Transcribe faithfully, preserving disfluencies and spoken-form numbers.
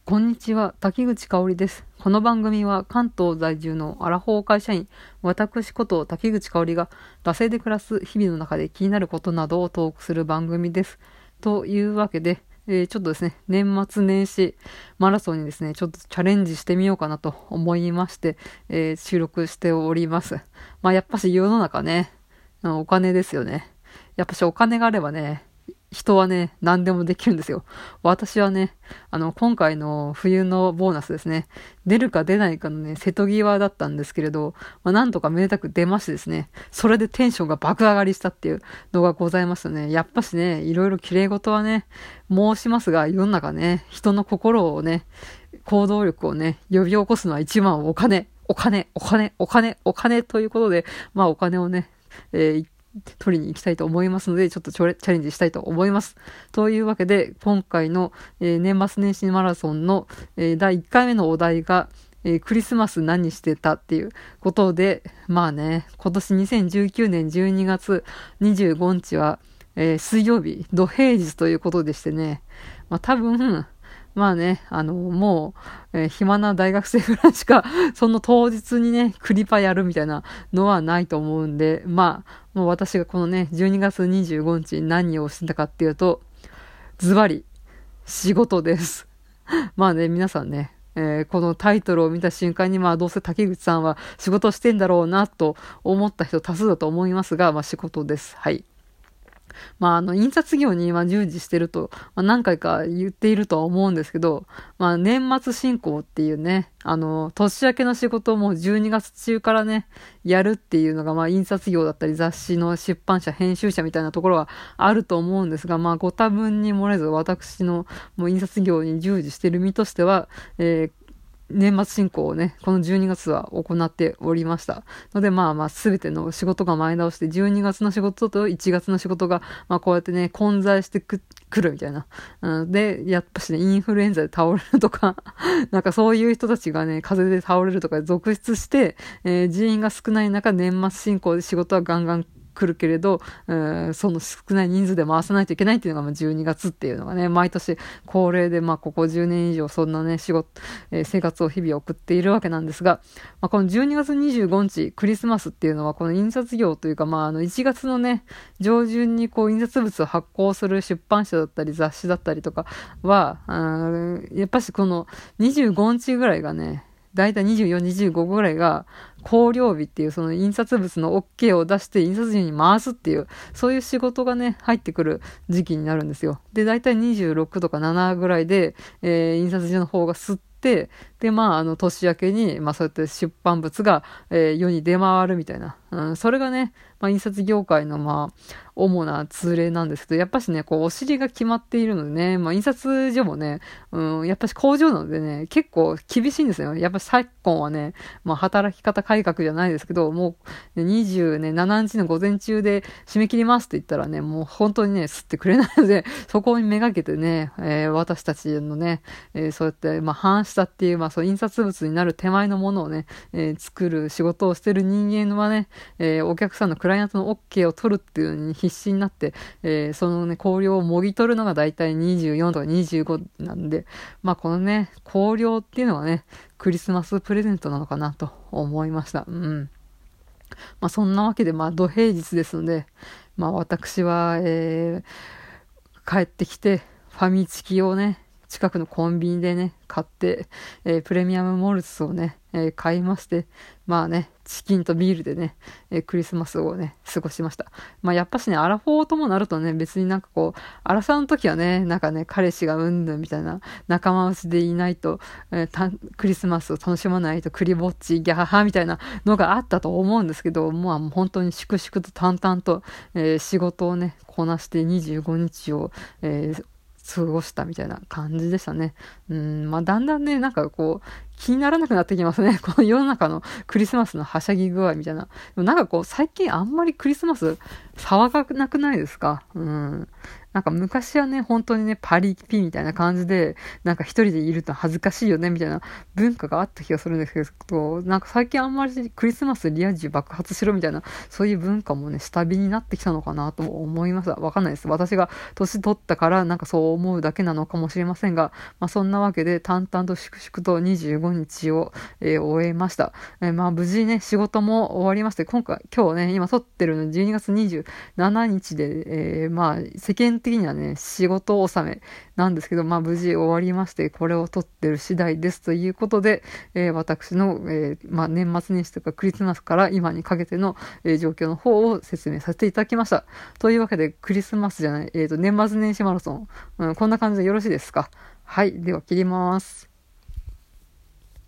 こんにちは、滝口香織です。この番組は関東在住のアラフォー会社員、私こと滝口香織が、惰性で暮らす日々の中で気になることなどをトークする番組です。というわけで、えーちょっとですね、年末年始マラソンにですね、ちょっとチャレンジしてみようかなと思いまして、えー収録しております。まあやっぱし世の中ね、あのお金ですよね。やっぱしお金があればね、人はね、何でもできるんですよ。私はね、あの、今回の冬のボーナスですね、出るか出ないかのね、瀬戸際だったんですけれど、まあ、なんとかめでたく出ましてですね、それでテンションが爆上がりしたっていうのがございましたね。やっぱしね、いろいろ綺麗事はね、申しますが、世の中ね、人の心をね、行動力をね、呼び起こすのは一番お金、お金、お金、お金、お金ということで、まあお金をね、えー取りに行きたいと思いますので、ちょっとチャレンジしたいと思います。というわけで、今回の、えー年末年始マラソンの、えーだいいっかいめのお題が、えークリスマス何してたっていうことで、まあね、今年にせんじゅうきゅうねんじゅうにがつにじゅうごにちは、えー水曜日、土平日ということでしてね、まあ多分、まあね、あの、もう、えー暇な大学生ぐらいしか、その当日にね、クリパやるみたいなのはないと思うんで、まあ、もう私がこのね、じゅうにがつにじゅうごにちに何をしてたかっていうと、ズバリ、仕事です。まあね、皆さんね、えーこのタイトルを見た瞬間に、まあどうせ竹口さんは仕事をしてんだろうなと思った人多数だと思いますが、まあ仕事です。はい。まあ、あの、印刷業に今従事してると、まあ、何回か言っているとは思うんですけど、まあ、年末進行っていうね、あの、年明けの仕事をもうじゅうにがつ中からね、やるっていうのが、まあ、印刷業だったり、雑誌の出版社、編集者みたいなところはあると思うんですが、まあ、ご多分に漏れず、私のもう印刷業に従事している身としては、えー年末進行をね、このじゅうにがつは行っておりました。ので、まあまあ、すべての仕事が前倒して、じゅうにがつの仕事といちがつの仕事が、まあこうやってね、混在してく、くるみたいな。うん、で、やっぱしね、インフルエンザで倒れるとか、なんかそういう人たちがね、風邪で倒れるとか続出して、えー人員が少ない中、年末進行で仕事はガンガン来るけれど、えーその少ない人数で回さないといけないっていうのがまあじゅうにがつっていうのがね、毎年恒例で、まあここじゅうねん以上そんなね、仕事、えー生活を日々送っているわけなんですが、まあ、このじゅうにがつにじゅうごにち、クリスマスっていうのはこの印刷業というか、まああのいちがつのね、上旬にこう印刷物を発行する出版社だったり雑誌だったりとかは、うんやっぱしこのにじゅうごにちぐらいがね、だいたいにじゅうよ、にじゅうごぐらいが、考慮日っていうその印刷物の OK を出して印刷所に回すっていう、そういう仕事がね、入ってくる時期になるんですよ。で、だいたいにじゅうろくとかななぐらいで、えー印刷所の方が吸って、で、まあ、あの、年明けに、まあ、そうやって出版物が、えー世に出回るみたいな。うん、それがね、まあ、印刷業界の、まあ、主な通例なんですけど、やっぱしね、こう、お尻が決まっているのでね、まあ、印刷所もね、うん、やっぱし工場なのでね、結構厳しいんですよ。やっぱ昨今はね、まあ、働き方改革じゃないですけど、もう、ね、にじゅうしちにちの午前中で締め切りますって言ったらね、もう本当にね、吸ってくれないので、そこにめがけてね、えー私たちのね、えーそうやって、まあ、半下っていう、まあ、そう、印刷物になる手前のものをね、えー作る仕事をしてる人間はね、えーお客さんのクライアントの OK を取るっていうのに必死になって、えーそのね、考慮をもぎ取るのがだいたいにじゅうよんとかにじゅうごなんで、まあ、このね、考慮っていうのはね、クリスマスプレゼントなのかなと思いました。うん。まあ、そんなわけで、まあ、土平日ですので、まあ、私は、えー帰ってきて、ファミチキをね、近くのコンビニでね、買って、えープレミアムモルツをね、えー買いまして、まあね、チキンとビールでね、えークリスマスをね、過ごしました。まあやっぱしね、アラフォーともなるとね、別になんかこう、アラサーの時はね、なんかね、彼氏がうんぬんみたいな仲間内でいないと、えーたクリスマスを楽しまないとクリぼっち、ギャハハみたいなのがあったと思うんですけど、まあもう本当に粛々と淡々と、えー仕事をね、こなしてにじゅうごにちを、えー過ごしたみたいな感じでしたね。うん、まあだんだんね、なんかこう、 気にならなくなってきますね。この世の中のクリスマスのはしゃぎ具合みたいな。でもなんかこう、最近あんまりクリスマス騒がなくないですか？うん。なんか昔はね、本当にね、パリピみたいな感じで、なんか一人でいると恥ずかしいよね、みたいな文化があった気がするんですけど、なんか最近あんまりクリスマスリア充爆発しろみたいな、そういう文化もね、下火になってきたのかなと思います。わかんないです。私が年取ったからなんかそう思うだけなのかもしれませんが、まあそんなわけで淡々と粛々とにじゅうごにちを、えー終えました。えーまあ無事ね、仕事も終わりまして、今回、今日ね、今撮ってるのじゅうにがつにじゅうしちにちで、えーまあ世間的にはね、仕事納めなんですけど、まあ無事終わりまして、これを撮ってる次第ですということで、えー私の、えーまあ年末年始とかクリスマスから今にかけての、えー状況の方を説明させていただきました。というわけで、クリスマスじゃない、えっと、年末年始マラソン、うん、こんな感じでよろしいですか？はい、では切ります。